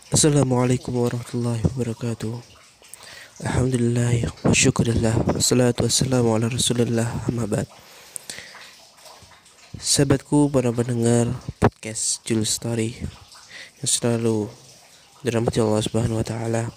Assalamualaikum warahmatullahi wabarakatuh. Alhamdulillah wa syukurillah wassalatu wassalamu ala rasulillah amma ba'd. Sahabatku para pendengar podcast Jules Story yang selalu dirahmati Allah Subhanahu wa taala.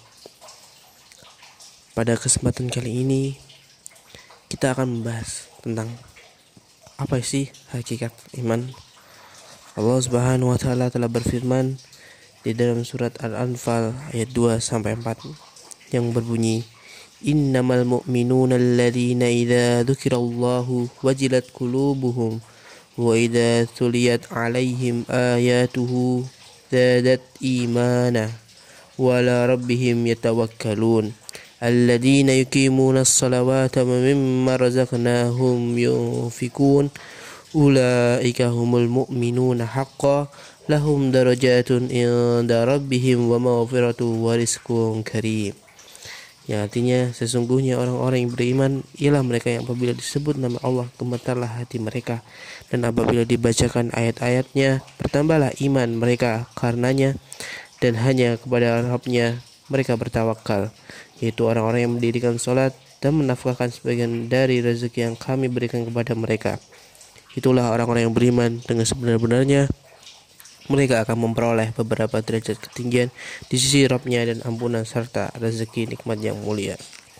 Pada kesempatan kali ini kita akan membahas tentang apa sih hakikat iman. Allah Subhanahu wa taala telah berfirman di dalam surat Al-Anfal ayat 2 sampai 4 yang berbunyi, Innamal mu'minuna alladhina idza dzukirallahu wajilat qulubuhum wa idza tuliyat 'alaihim ayatuhu zadat imana wa ala rabbihim yatawakkalun alladhina yuqimuna as-salawata wa mimma razaqnahum yunfikun ulaika humul mu'minuna haqqan lahum darajatun inda rabbihim wa maghfiratu wa rizqun karim. Yang artinya sesungguhnya orang-orang yang beriman ialah mereka yang apabila disebut nama Allah gemetarlah hati mereka, dan apabila dibacakan ayat-ayatnya bertambahlah iman mereka karenanya, dan hanya kepada Rabb-Nya mereka bertawakal, yaitu orang-orang yang mendirikan salat dan menafkahkan sebagian dari rezeki yang kami berikan kepada mereka. Itulah orang-orang yang beriman dengan sebenar-benarnya. Mereka akan memperoleh beberapa derajat ketinggian di sisi Rabb-Nya dan ampunan serta rezeki nikmat yang mulia.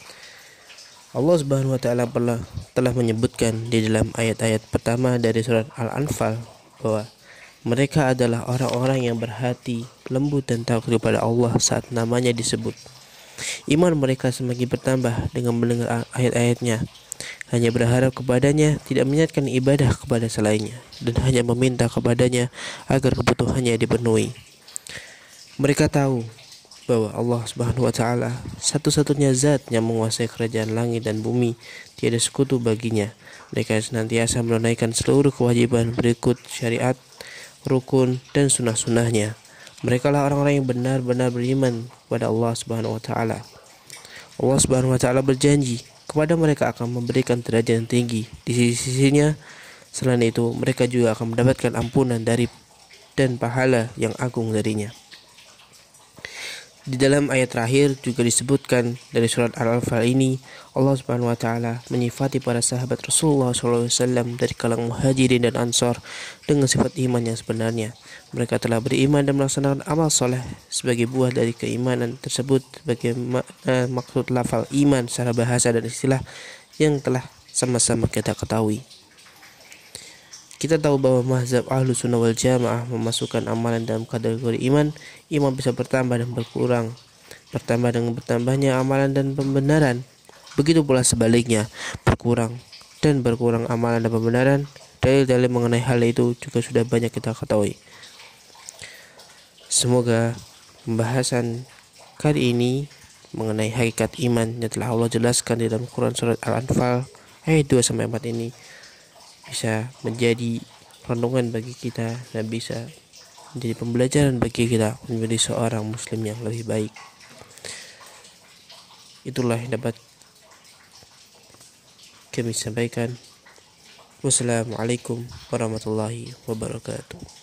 Allah Subhanahu wa taala telah menyebutkan di dalam ayat-ayat pertama dari surat Al-Anfal bahwa mereka adalah orang-orang yang berhati lembut dan takut kepada Allah saat namanya disebut. Iman mereka semakin bertambah dengan mendengar ayat-ayatnya, hanya berharap kepadanya, tidak menyatakan ibadah kepada selainnya, dan hanya meminta kepadanya agar kebutuhannya dipenuhi. Mereka tahu bahwa Allah Subhanahu wa taala satu-satunya zat yang menguasai kerajaan langit dan bumi, tiada sekutu baginya. Mereka senantiasa menunaikan seluruh kewajiban berikut syariat, rukun, dan sunnah-sunnahnya. Mereka lah orang-orang yang benar-benar beriman kepada Allah Subhanahu wa taala. Allah Subhanahu wa taala berjanji kepada mereka akan memberikan derajat yang tinggi di sisi-sisinya. Selain itu, mereka juga akan mendapatkan ampunan dari dan pahala yang agung darinya. Di dalam ayat terakhir juga disebutkan dari surat Al-Anfal ini, Allah Subhanahu wa taala menyifati para sahabat Rasulullah SAW dari kalangan Muhajirin dan Ansor dengan sifat iman yang sebenarnya. Mereka telah beriman dan melaksanakan amal soleh sebagai buah dari keimanan tersebut, sebagai maksud lafal iman secara bahasa dan istilah yang telah sama-sama kita ketahui. Kita tahu bahwa mazhab Ahlus Sunnah wal Jamaah memasukkan amalan dalam kategori iman. Iman bisa bertambah dan berkurang, bertambah dengan bertambahnya amalan dan pembenaran. Begitu pula sebaliknya, berkurang dan berkurang amalan dan pembenaran. Dalil-dalil mengenai hal itu juga sudah banyak kita ketahui. Semoga pembahasan kali ini mengenai hakikat iman yang telah Allah jelaskan di dalam Quran surat Al-Anfal ayat 2 sampai 4 ini bisa menjadi renungan bagi kita dan bisa menjadi pembelajaran bagi kita menjadi seorang muslim yang lebih baik. Itulah yang dapat kami sampaikan. Wassalamualaikum warahmatullahi wabarakatuh.